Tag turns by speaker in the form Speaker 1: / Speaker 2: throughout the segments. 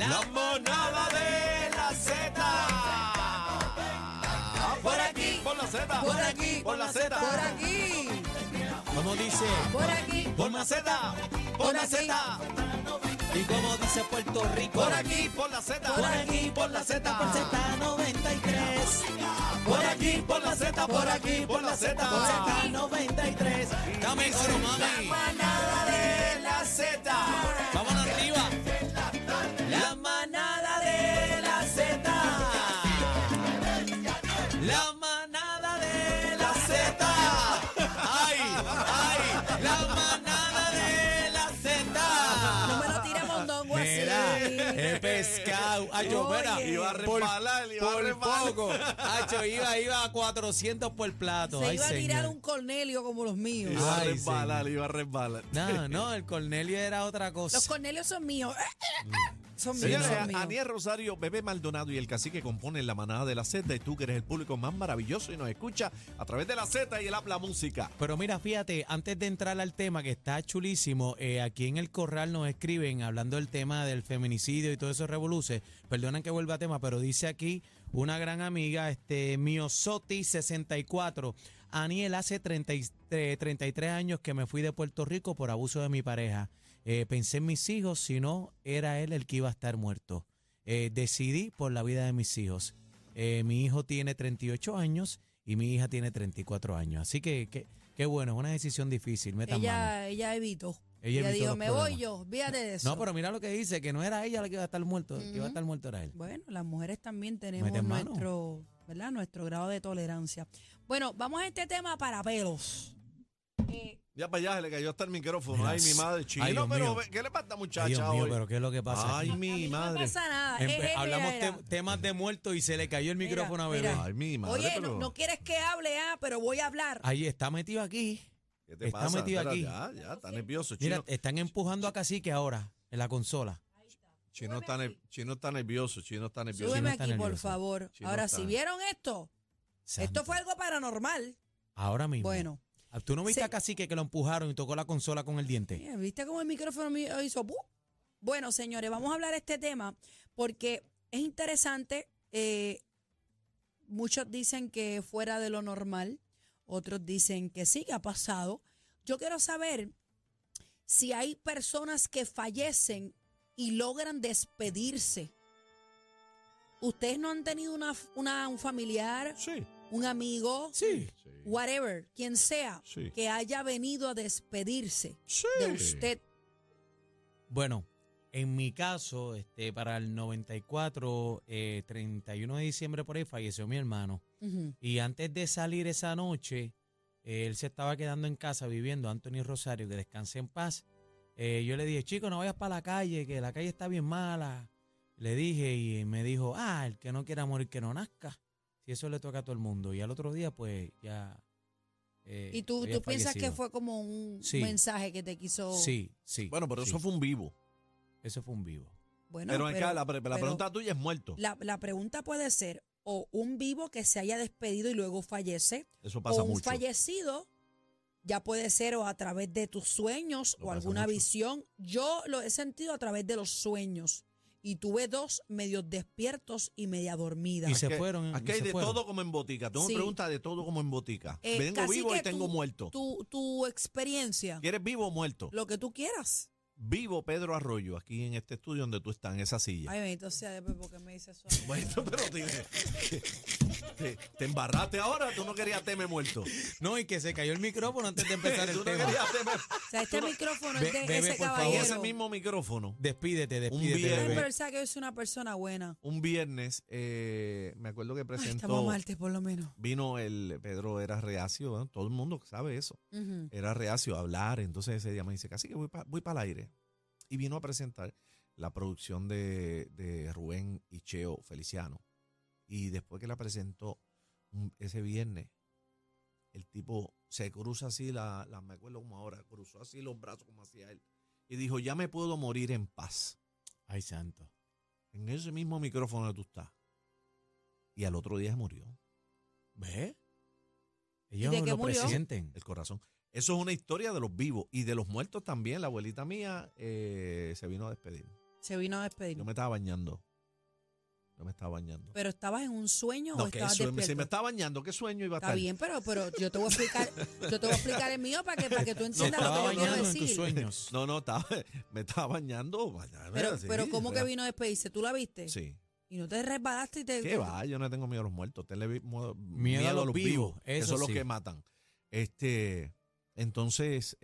Speaker 1: La manada de la Z.
Speaker 2: Por aquí,
Speaker 1: Por la Z.
Speaker 2: por aquí,
Speaker 1: Por la Z.
Speaker 2: por aquí,
Speaker 3: ¿Cómo dice?
Speaker 2: por aquí,
Speaker 1: Por la Z. Por la Z.
Speaker 3: ¿Y cómo dice Puerto Rico?
Speaker 1: Por aquí, por la Z.
Speaker 2: Por aquí,
Speaker 1: por la Z.
Speaker 3: Por Z93.
Speaker 1: Por aquí, por la Z. Por aquí, por la Z.
Speaker 2: por aquí.
Speaker 3: 93. Dame coro, mami.
Speaker 2: Manada de
Speaker 1: La Z.
Speaker 3: Vámonos arriba. La manada de la Z. La manada de la Z. Ay, ay, la manada de la Z.
Speaker 2: No me lo tire mondongo así.
Speaker 3: Mira, he pescado. Acho, mira,
Speaker 2: Oye.
Speaker 1: Iba a resbalar, iba a
Speaker 3: por
Speaker 1: resbalar.
Speaker 3: poco. Acho, iba a 400 por plato.
Speaker 2: Se
Speaker 3: Ay,
Speaker 2: iba a tirar
Speaker 3: señor.
Speaker 2: un Cornelio como los míos.
Speaker 1: Iba a
Speaker 3: Ay,
Speaker 1: resbalar, iba a resbalar.
Speaker 3: No, el Cornelio era otra cosa.
Speaker 2: Los Cornelios son míos. Son míos,
Speaker 1: Señores,
Speaker 2: son míos.
Speaker 1: Aniel Rosario, Bebé Maldonado y el cacique componen la manada de la Z y tú que eres el público más maravilloso y nos escucha a través de la Z y el app La Música.
Speaker 3: Pero mira, fíjate, antes de entrar al tema que está chulísimo, aquí en el corral nos escriben hablando del tema del feminicidio y todo eso revoluce. Perdonen que vuelva a tema, pero dice aquí una gran amiga, Miosoti64. Aniel, hace 33 años que me fui de Puerto Rico por abuso de mi pareja. Pensé en mis hijos, si no, era él el que iba a estar muerto. Decidí por la vida de mis hijos. Mi hijo tiene 38 años y mi hija tiene 34 años. Así que qué bueno, es una decisión difícil. Metan mano.
Speaker 2: Ella evitó.
Speaker 3: Ella
Speaker 2: Ella
Speaker 3: evitó
Speaker 2: dijo,
Speaker 3: los
Speaker 2: me
Speaker 3: problemas.
Speaker 2: voy yo, fíjate de eso.
Speaker 3: No, pero mira lo que dice, que no era ella la que iba a estar muerto, el que iba a estar muerto era él.
Speaker 2: Bueno, las mujeres también tenemos
Speaker 3: Meten mano.
Speaker 2: ¿verdad? Nuestro grado de tolerancia. Bueno, vamos a este tema para pelos.
Speaker 1: Ya para allá se le cayó hasta el micrófono.
Speaker 3: Mira,
Speaker 1: Ay, mi madre, chino,
Speaker 3: ay, Dios
Speaker 1: pero
Speaker 3: mío.
Speaker 1: ¿qué le pasa,
Speaker 3: Ay,
Speaker 1: muchacha,
Speaker 3: Dios mío,
Speaker 1: hoy?
Speaker 3: pero ¿qué es lo que pasa
Speaker 1: Ay,
Speaker 3: aquí?
Speaker 1: mi
Speaker 2: No
Speaker 1: madre.
Speaker 2: pasa nada.
Speaker 3: Hablamos
Speaker 2: mira.
Speaker 3: temas de muertos y se le cayó el
Speaker 2: Mira,
Speaker 3: micrófono a bebé.
Speaker 2: mira.
Speaker 1: Ay, mi madre,
Speaker 2: Oye,
Speaker 1: pero...
Speaker 2: no quieres que hable, pero voy a hablar.
Speaker 3: Ahí está metido aquí.
Speaker 1: ¿Qué te
Speaker 3: está
Speaker 1: pasa?
Speaker 3: metido
Speaker 1: Espera,
Speaker 3: aquí.
Speaker 1: Ya, está nervioso,
Speaker 3: Mira,
Speaker 1: chino.
Speaker 3: están empujando a Cacique ahora en la consola.
Speaker 1: Chino está nervioso, chino está nervioso.
Speaker 2: Súbeme
Speaker 3: está
Speaker 2: aquí, por
Speaker 3: nervioso.
Speaker 2: favor.
Speaker 1: Chino
Speaker 2: Ahora,
Speaker 1: está-
Speaker 2: si vieron esto,
Speaker 3: Santo.
Speaker 2: esto fue algo paranormal.
Speaker 3: Ahora mismo.
Speaker 2: Bueno.
Speaker 3: ¿Tú no viste
Speaker 2: Se-
Speaker 3: a Cacique que lo empujaron y tocó la consola con el diente?
Speaker 2: Mira, ¿viste cómo el micrófono mío hizo? ¡Pu! Bueno, señores, vamos a hablar de este tema porque es interesante. Muchos dicen que fuera de lo normal, otros dicen que sí, que ha pasado. Yo quiero saber si hay personas que fallecen y logran despedirse. ¿Ustedes no han tenido un familiar,
Speaker 1: Sí,
Speaker 2: un amigo,
Speaker 3: Sí.
Speaker 2: whatever, quien sea,
Speaker 1: Sí.
Speaker 2: que haya venido a despedirse
Speaker 1: sí.
Speaker 2: de usted?
Speaker 3: Bueno, en mi caso, para el 94, 31 de diciembre por ahí, falleció mi hermano.
Speaker 2: Ujú.
Speaker 3: Y antes de salir esa noche, él se estaba quedando en casa viviendo, Anthony Rosario, que descanse en paz. Yo le dije, chico, no vayas para la calle, que la calle está bien mala. Le dije y me dijo, el que no quiera morir, que no nazca. Si eso le toca a todo el mundo. Y al otro día, pues, ya
Speaker 2: ¿Y tú
Speaker 3: había
Speaker 2: piensas que
Speaker 3: fallecido.
Speaker 2: fue como un
Speaker 3: Sí.
Speaker 2: mensaje que te quiso?
Speaker 3: Sí, sí.
Speaker 1: Bueno, pero
Speaker 3: sí.
Speaker 1: eso fue un vivo.
Speaker 3: Eso fue un vivo.
Speaker 2: Bueno,
Speaker 1: Pero acá la pregunta tuya es muerto.
Speaker 2: la pregunta puede ser o un vivo que se haya despedido y luego fallece,
Speaker 1: Eso pasa
Speaker 2: o un
Speaker 1: mucho.
Speaker 2: fallecido, ya puede ser o a través de tus sueños
Speaker 1: Lo
Speaker 2: o
Speaker 1: pasa
Speaker 2: alguna
Speaker 1: mucho.
Speaker 2: visión. Yo lo he sentido a través de los sueños y tuve dos medios despiertos y media dormida.
Speaker 3: Y se
Speaker 1: Que-
Speaker 3: fueron.
Speaker 1: Aquí
Speaker 3: y
Speaker 1: hay
Speaker 3: se
Speaker 1: de
Speaker 3: fueron.
Speaker 1: todo como en botica. Tú
Speaker 2: Sí.
Speaker 1: me preguntas de todo como en botica. Vengo
Speaker 2: Cacique,
Speaker 1: vivo y tengo muerto.
Speaker 2: Tu experiencia,
Speaker 1: ¿Quieres vivo o muerto?
Speaker 2: lo que tú quieras.
Speaker 1: Vivo Pedro Arroyo, aquí en este estudio donde tú estás, en esa silla.
Speaker 2: Ay, bendito sea Dios, ¿por qué me dices eso?
Speaker 1: Bueno, pero te embarraste ahora, tú no querías teme muerto.
Speaker 3: No, y que se cayó el micrófono antes de empezar
Speaker 1: Tú
Speaker 3: el
Speaker 1: no
Speaker 3: tema.
Speaker 1: querías temer.
Speaker 2: O sea, este micrófono
Speaker 3: Ve-
Speaker 2: es de
Speaker 3: bebe,
Speaker 2: ese
Speaker 3: por favor.
Speaker 1: En
Speaker 2: caballero.
Speaker 1: ese mismo micrófono,
Speaker 3: Despídete,
Speaker 1: viernes.
Speaker 2: Ay,
Speaker 3: bebé.
Speaker 2: pero él sabe que yo soy una persona buena.
Speaker 1: un viernes, me acuerdo que
Speaker 2: Ay, estamos
Speaker 1: presentó,
Speaker 2: martes por lo menos.
Speaker 1: vino Pedro era reacio, ¿no? Todo el mundo sabe eso.
Speaker 2: Ujú.
Speaker 1: Era reacio a hablar, entonces ese día me dice, casi que voy para el aire. Y vino a presentar la producción de Rubén y Cheo Feliciano. Y después que la presentó ese viernes, el tipo se cruza así, me acuerdo como ahora, cruzó así los brazos como hacía él. Y dijo, ya me puedo morir en paz.
Speaker 3: Ay, santo.
Speaker 1: En ese mismo micrófono donde tú estás. Y al otro día se murió.
Speaker 3: ¿Ves? Ellos
Speaker 2: de qué
Speaker 3: lo
Speaker 2: murió?
Speaker 3: presienten.
Speaker 1: El corazón. Eso es una historia de los vivos y de los muertos también. La abuelita mía se vino a despedir.
Speaker 2: Se vino a despedir.
Speaker 1: Yo me estaba bañando. Yo me estaba bañando.
Speaker 2: ¿Pero estabas en un sueño
Speaker 1: No,
Speaker 2: o
Speaker 1: que
Speaker 2: estabas
Speaker 1: sueño,
Speaker 2: despierto?
Speaker 1: si me estaba bañando, ¿qué sueño iba a
Speaker 2: Está
Speaker 1: estar?
Speaker 2: bien, pero yo te voy a explicar el mío para que tú
Speaker 3: Se
Speaker 2: entiendas lo
Speaker 3: estaba
Speaker 2: que yo quiero
Speaker 3: bañando en tus
Speaker 2: decir.
Speaker 3: sueños.
Speaker 1: No, me estaba bañando.
Speaker 2: Pero ¿cómo que vino a despedirse? ¿Tú la viste?
Speaker 1: Sí.
Speaker 2: Y no te resbalaste y te...
Speaker 1: ¿Qué va? Yo no tengo miedo a los muertos. Tenle
Speaker 3: Miedo a los vivos,
Speaker 1: que
Speaker 3: eso
Speaker 1: son los
Speaker 3: sí.
Speaker 1: que matan. Entonces,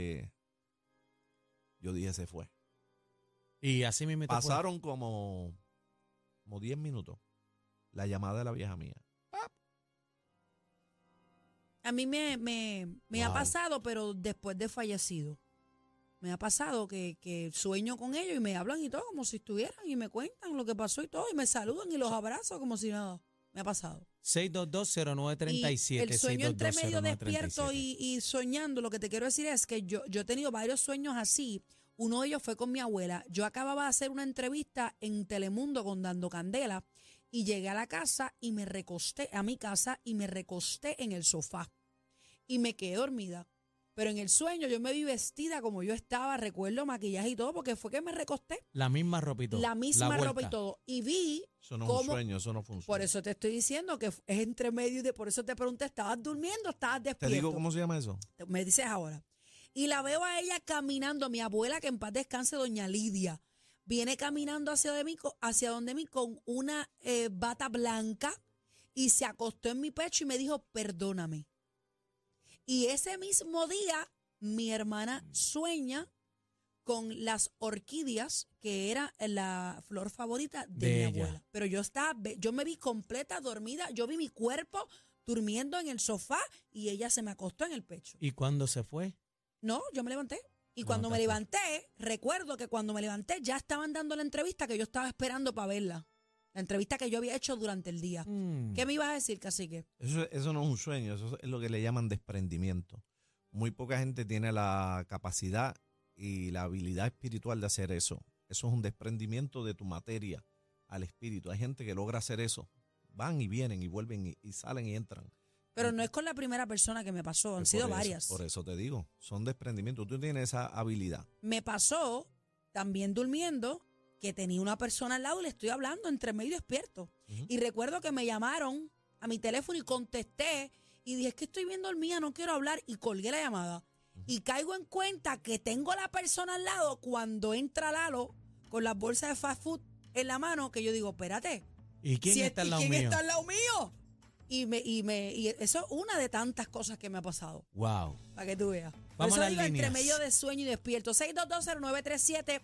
Speaker 1: yo dije, se fue.
Speaker 3: Y así mismo te fue.
Speaker 1: Pasaron como 10 minutos. La llamada de la vieja mía.
Speaker 2: A mí me ha
Speaker 3: Wow.
Speaker 2: pasado, pero después de fallecido. Me ha pasado que sueño con ellos y me hablan y todo, como si estuvieran, y me cuentan lo que pasó y todo, y me saludan y los abrazo como si nada. Me ha pasado.
Speaker 3: 6220937.
Speaker 2: Y el sueño entre medio
Speaker 3: 6220937.
Speaker 2: despierto y soñando, lo que te quiero decir es que yo he tenido varios sueños así. Uno de ellos fue con mi abuela. Yo acababa de hacer una entrevista en Telemundo con Dando Candela y llegué a la casa y me recosté, a mi casa, y me recosté en el sofá y me quedé dormida. Pero en el sueño yo me vi vestida como yo estaba, recuerdo maquillaje y todo, porque fue que me recosté.
Speaker 3: La misma ropa y todo.
Speaker 2: La misma ropa y
Speaker 3: vuelta.
Speaker 2: todo. Y vi
Speaker 1: Eso no es un
Speaker 2: cómo...
Speaker 1: sueño, eso no fue un sueño.
Speaker 2: Por eso te estoy diciendo que es entre medio y por eso te pregunté, ¿estabas durmiendo o estabas
Speaker 1: ¿Te
Speaker 2: despierto?
Speaker 1: digo cómo se llama eso?
Speaker 2: Me dices ahora. Y la veo a ella caminando, mi abuela, que en paz descanse, doña Lidia, viene caminando hacia donde mí con una bata blanca y se acostó en mi pecho y me dijo, perdóname. Y ese mismo día, mi hermana sueña con las orquídeas, que era la flor favorita de
Speaker 3: De
Speaker 2: mi
Speaker 3: ella.
Speaker 2: abuela. Pero yo me vi completa, dormida, yo vi mi cuerpo durmiendo en el sofá y ella se me acostó en el pecho.
Speaker 3: ¿Y cuándo se fue?
Speaker 2: No, yo me levanté. Y
Speaker 3: No,
Speaker 2: cuando me
Speaker 3: te fue.
Speaker 2: levanté, recuerdo que cuando me levanté ya estaban dando la entrevista que yo estaba esperando para verla. La entrevista que yo había hecho durante el día. ¿Qué me ibas a decir, cacique?
Speaker 1: Eso no es un sueño, eso es lo que le llaman desprendimiento. Muy poca gente tiene la capacidad y la habilidad espiritual de hacer eso. Eso es un desprendimiento de tu materia al espíritu. Hay gente que logra hacer eso. Van y vienen y vuelven y salen y entran.
Speaker 2: Pero no es con la primera persona que me pasó, han
Speaker 1: Pues
Speaker 2: sido
Speaker 1: por eso-
Speaker 2: varias.
Speaker 1: Por eso te digo, son desprendimientos. Tú tienes esa habilidad.
Speaker 2: Me pasó también durmiendo que tenía una persona al lado y le estoy hablando entre medio despierto.
Speaker 1: Ujú.
Speaker 2: Y recuerdo que me llamaron a mi teléfono y contesté y dije, es que estoy bien dormida, no quiero hablar, y colgué la llamada. Y caigo en cuenta que tengo a la persona al lado cuando entra Lalo con las bolsas de fast food en la mano, que yo digo, espérate,
Speaker 3: ¿Y quién está al lado
Speaker 2: ¿quién
Speaker 3: mío?
Speaker 2: está al lado mío? Y eso es una de tantas cosas que me ha pasado.
Speaker 3: Wow.
Speaker 2: Para que tú veas.
Speaker 3: Vamos
Speaker 2: Por
Speaker 3: a
Speaker 2: eso
Speaker 3: las
Speaker 2: digo, entre
Speaker 3: líneas.
Speaker 2: medio de sueño y despierto. 6220937,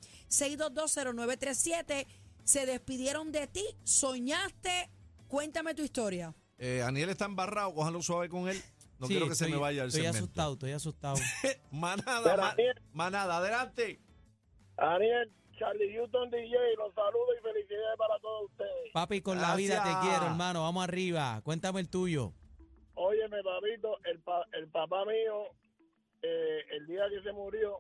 Speaker 2: 6220937. Se despidieron de ti, soñaste. Cuéntame tu historia.
Speaker 1: Aniel está embarrado, cójalo suave con él. No
Speaker 3: Sí,
Speaker 1: quiero que se me
Speaker 3: estoy-
Speaker 1: vaya el
Speaker 3: Estoy
Speaker 1: segmento.
Speaker 3: estoy asustado.
Speaker 1: Manada,
Speaker 4: Pero, Aniel.
Speaker 1: manada, adelante.
Speaker 4: Aniel, Charlie Houston DJ, los saludo y felicidades para todos ustedes.
Speaker 3: Papi, con la vida te
Speaker 1: Gracias.
Speaker 3: quiero, hermano. Vamos arriba. Cuéntame el tuyo.
Speaker 4: Óyeme, papito, el papá mío, el día que se murió,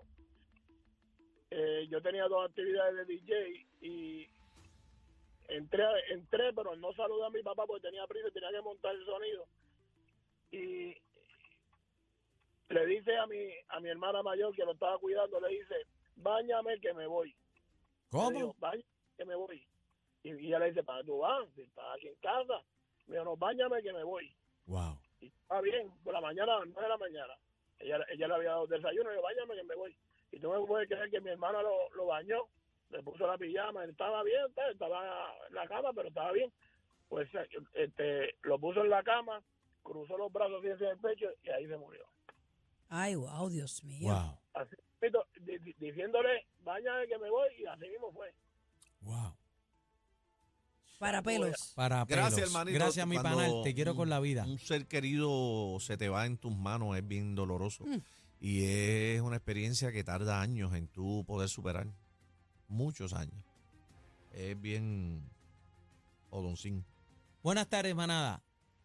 Speaker 4: yo tenía 2 actividades de DJ y entré, pero no saludé a mi papá porque tenía prisa y tenía que montar el sonido. Y le dice a mi hermana mayor que lo estaba cuidando, le dice, báñame que me voy. Le digo, báñame que me voy. Y ella le dice, ¿para dónde tú vas? ¿Estás aquí en casa? Me dijo, no, báñame que me voy.
Speaker 3: Wow.
Speaker 4: Y está bien, por la mañana, a las 9 de la mañana. Ella le había dado desayuno y yo, báñame que me voy. Y tú me puedes creer que mi hermana lo bañó, le puso la pijama, él estaba bien, estaba en la cama, pero estaba bien. Pues lo puso en la cama, cruzó los brazos así hacia el pecho y ahí se murió.
Speaker 2: Ay, wow, Dios mío.
Speaker 3: Wow.
Speaker 4: Así, diciéndole, báñame que me voy, y así mismo fue.
Speaker 3: Wow.
Speaker 2: Para pelos.
Speaker 3: Para
Speaker 1: Gracias,
Speaker 3: pelos.
Speaker 1: hermanito.
Speaker 3: Gracias, mi
Speaker 1: Cuando
Speaker 3: panal. Te quiero con la vida.
Speaker 1: Un ser querido se te va en tus manos, es bien doloroso.
Speaker 2: Mm.
Speaker 1: Y es una experiencia que tarda años en tú poder superar. Muchos años. Es bien odoncín.
Speaker 3: Buenas tardes, manada.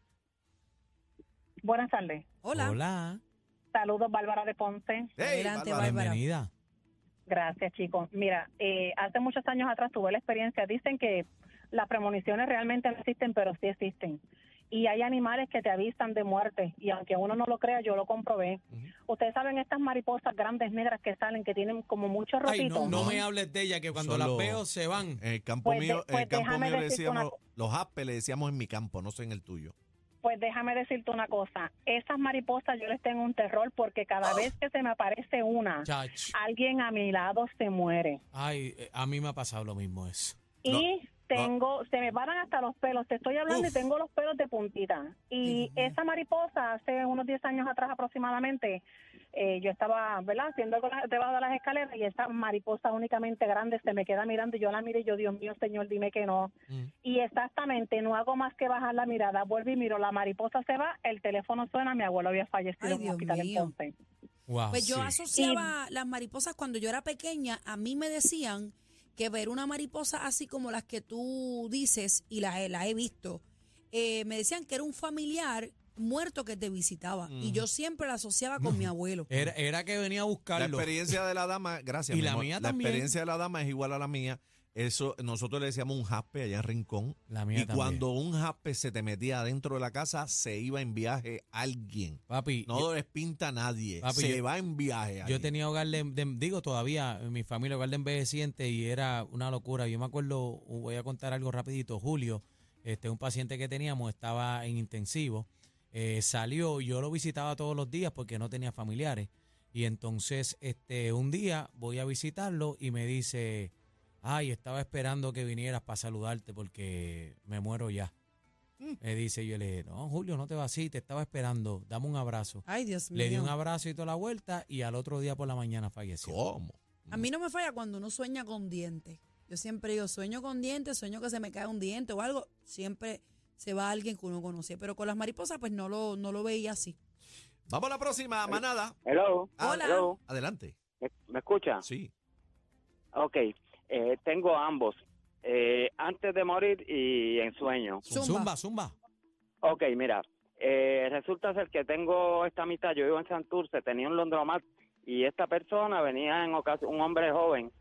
Speaker 5: Buenas tardes.
Speaker 2: Hola.
Speaker 3: Hola.
Speaker 5: Saludos, Bárbara de Ponce.
Speaker 2: Adelante,
Speaker 1: Bárbara.
Speaker 2: Bárbara.
Speaker 3: Bienvenida.
Speaker 5: Gracias, chicos. Mira, hace muchos años atrás tuve la experiencia. Dicen que las premoniciones realmente no existen, pero sí existen. y hay animales que te avisan de muerte, y aunque uno no lo crea, yo lo comprobé. Ustedes saben estas mariposas grandes negras que salen, que tienen como muchos
Speaker 3: Ay,
Speaker 5: rotitos.
Speaker 3: no me hables de ella, que cuando
Speaker 1: Son
Speaker 3: las
Speaker 1: los-
Speaker 3: veo se van.
Speaker 1: En el campo
Speaker 5: Pues
Speaker 1: mío, en el campo
Speaker 5: déjame
Speaker 1: mío le
Speaker 5: decirte una
Speaker 1: decíamos, los aspes le decíamos en mi campo, no sé en el tuyo.
Speaker 5: Pues déjame decirte una cosa, esas mariposas yo les tengo un terror porque cada vez que se me aparece una,
Speaker 3: Chach.
Speaker 5: alguien a mi lado se muere.
Speaker 3: Ay, a mí me ha pasado lo mismo eso.
Speaker 5: Y se me paran hasta los pelos, te estoy hablando
Speaker 3: Uf.
Speaker 5: y tengo los pelos de puntita. Y
Speaker 3: Dios mío.
Speaker 5: esa mariposa, hace unos 10 años atrás aproximadamente, yo estaba, ¿verdad?, haciendo algo debajo de las escaleras y esa mariposa únicamente grande se me queda mirando y yo la miro y yo, Dios mío, Señor, dime que no. Y exactamente, no hago más que bajar la mirada, vuelvo y miro, la mariposa se va, el teléfono suena, mi abuelo había fallecido
Speaker 2: Ay,
Speaker 5: en un
Speaker 2: Dios
Speaker 5: hospital en
Speaker 2: mío.
Speaker 5: Ponce.
Speaker 3: Wow,
Speaker 2: Pues yo
Speaker 3: sí.
Speaker 2: asociaba las mariposas cuando yo era pequeña, a mí me decían que ver una mariposa así como las que tú dices, y la he visto, me decían que era un familiar muerto que te visitaba. Y yo siempre la asociaba con mi abuelo.
Speaker 3: Era que venía a
Speaker 1: La
Speaker 3: buscarlo.
Speaker 1: experiencia de la dama, gracias.
Speaker 3: Y
Speaker 1: mi
Speaker 3: la
Speaker 1: amor,
Speaker 3: mía
Speaker 1: la
Speaker 3: también.
Speaker 1: experiencia de la dama es igual a la mía. Eso, nosotros le decíamos un jaspe allá en Rincón.
Speaker 3: La mía
Speaker 1: Y
Speaker 3: también.
Speaker 1: cuando un jaspe se te metía adentro de la casa, se iba en viaje alguien.
Speaker 3: Papi,
Speaker 1: No les pinta a nadie.
Speaker 3: Papi,
Speaker 1: se
Speaker 3: yo-
Speaker 1: va en viaje
Speaker 3: yo
Speaker 1: alguien.
Speaker 3: tenía hogar digo todavía, en mi familia hogar de envejeciente y era una locura. Yo me acuerdo, voy a contar algo rapidito, Julio, un paciente que teníamos estaba en intensivo, salió, yo lo visitaba todos los días porque no tenía familiares y entonces un día voy a visitarlo y me dice, ay, estaba esperando que vinieras para saludarte porque me muero ya. Me dice, yo le dije, no, Julio, no te vas así, te estaba esperando, dame un abrazo.
Speaker 2: Ay, Dios mío.
Speaker 3: Le di un abrazo y toda la vuelta y al otro día por la mañana falleció.
Speaker 1: ¿Cómo?
Speaker 2: A mí no me falla cuando uno sueña con dientes. Yo siempre digo, sueño con dientes, sueño que se me cae un diente o algo. Siempre se va alguien que uno conocía. Pero con las mariposas, pues no lo veía así.
Speaker 1: Vamos a la próxima, manada.
Speaker 6: Hello.
Speaker 2: Hola.
Speaker 6: Hello.
Speaker 1: Adelante.
Speaker 6: ¿Me escucha?
Speaker 1: Sí.
Speaker 6: Ok. Tengo ambos. Antes de morir y en sueño.
Speaker 3: Zumba.
Speaker 6: Ok, mira. Resulta ser que tengo esta amistad. Yo vivo en Santurce, tenía un laundromat y esta persona venía un hombre joven,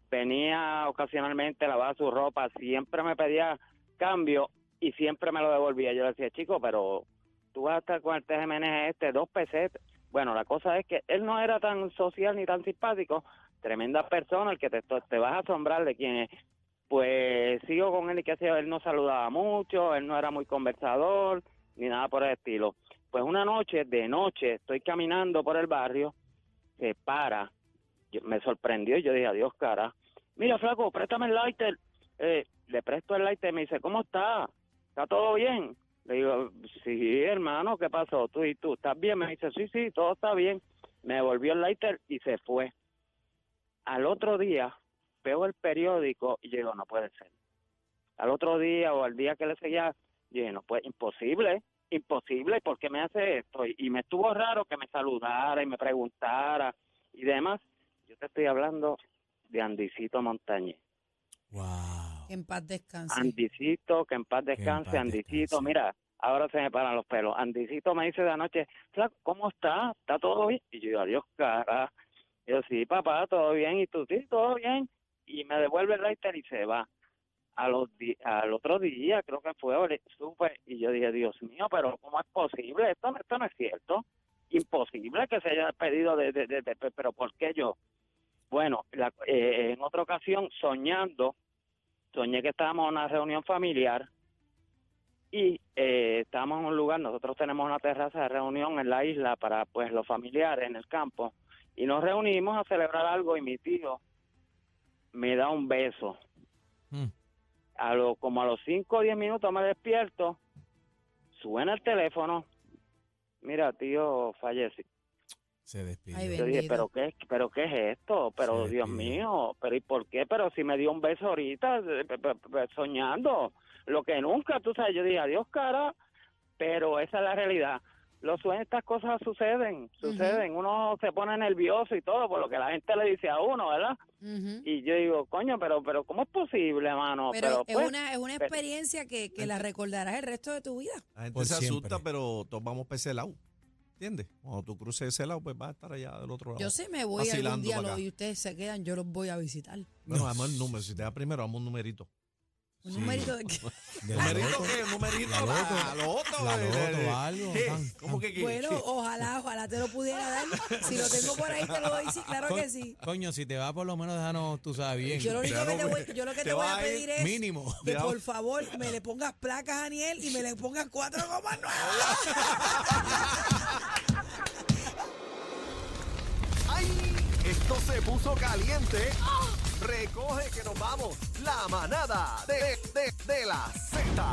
Speaker 6: venía ocasionalmente a lavar su ropa, siempre me pedía cambio y siempre me lo devolvía. Yo le decía, chico, pero tú vas a estar con el TGMN 2 pesetas. Bueno, la cosa es que él no era tan social ni tan simpático, tremenda persona, el que te vas a asombrar de quién es. Pues sigo con él y qué sé yo, él no saludaba mucho, él no era muy conversador, ni nada por el estilo. Pues una noche, de noche, estoy caminando por el barrio, se para, me sorprendió y yo dije, adiós, cara. Mira, flaco, préstame el lighter. Le presto el lighter y me dice, ¿cómo está? ¿Está todo bien? Le digo, sí, hermano, ¿qué pasó? ¿Tú y tú? ¿Estás bien? Me dice, sí, todo está bien. Me devolvió el lighter y se fue. Al otro día, veo el periódico y yo digo, no puede ser. Al otro día o al día que le seguía, yo dije, no puede, imposible, ¿por qué me hace esto? Y me estuvo raro que me saludara y me preguntara y demás. Yo te estoy hablando de Andicito Montañez.
Speaker 3: Wow.
Speaker 2: Que en paz descanse.
Speaker 6: Andicito, que en paz descanse,
Speaker 3: paz
Speaker 6: Andicito,
Speaker 3: descanse.
Speaker 6: mira, ahora se me paran los pelos. Andicito me dice de anoche, flaco, ¿cómo está? ¿Está todo bien? Y yo digo, adiós, cara. Yo, sí, papá, todo bien. Y tú, sí, todo bien. Y me devuelve el lighter y se va. Al otro día, creo que fue, supe, y yo dije, Dios mío, pero ¿cómo es posible? Esto no es cierto. Imposible que se haya despedido pero ¿por qué yo? Bueno, en otra ocasión, soñé que estábamos en una reunión familiar y estábamos en un lugar, nosotros tenemos una terraza de reunión en la isla para pues los familiares en el campo y nos reunimos a celebrar algo y mi tío me da un beso. Como a los 5 o 10 minutos me despierto, suena el teléfono, mira, tío, fallecí.
Speaker 3: Se despidió.
Speaker 2: Ay,
Speaker 6: Yo dije,
Speaker 2: bendito.
Speaker 6: ¿pero qué es esto? Pero
Speaker 3: Se
Speaker 6: Dios
Speaker 3: despidió.
Speaker 6: mío, pero ¿y por qué? Pero si me dio un beso ahorita, soñando, lo que nunca, tú sabes, yo dije, adiós, cara, pero esa es la realidad. Los sueños, estas cosas suceden, uno se pone nervioso y todo por lo que la gente le dice a uno, ¿verdad?
Speaker 2: Ujú.
Speaker 6: Y yo digo, coño, pero ¿cómo es posible, mano?
Speaker 2: Pero es
Speaker 6: pues,
Speaker 2: una experiencia que la recordarás el resto de tu vida.
Speaker 1: La gente
Speaker 3: Por
Speaker 1: se
Speaker 3: siempre.
Speaker 1: asusta, pero todos vamos para ese lado. ¿Entiendes? Cuando tú cruces ese lado, pues vas a estar allá del otro lado.
Speaker 2: Yo sí me voy algún
Speaker 1: vacilando
Speaker 2: día
Speaker 1: para acá.
Speaker 2: y ustedes se quedan, yo los voy a visitar.
Speaker 1: Bueno, damos el número. Si te da primero, damos un numerito.
Speaker 2: Un numerito de qué.
Speaker 3: De la
Speaker 1: ¿Numerito
Speaker 3: loto.
Speaker 1: qué? ¿Numerito?
Speaker 3: La loto.
Speaker 1: La loto.
Speaker 3: La loto, algo.
Speaker 1: ¿Qué?
Speaker 3: Tan,
Speaker 1: ¿Cómo que qué?
Speaker 2: Bueno, ojalá te lo pudiera dar. Si lo tengo por ahí, te lo doy. Sí, claro que sí.
Speaker 3: Coño, si te va, por lo menos déjanos, tú sabes bien.
Speaker 2: Yo lo único que te voy,
Speaker 1: te
Speaker 2: voy
Speaker 1: vas
Speaker 2: a
Speaker 1: a ir
Speaker 2: pedir es
Speaker 3: mínimo.
Speaker 2: que por favor me le pongas placas a Aniel y me le pongas 4,9.
Speaker 7: ¡Ay! Esto se puso caliente. Recoge que nos vamos. La manada de la Z.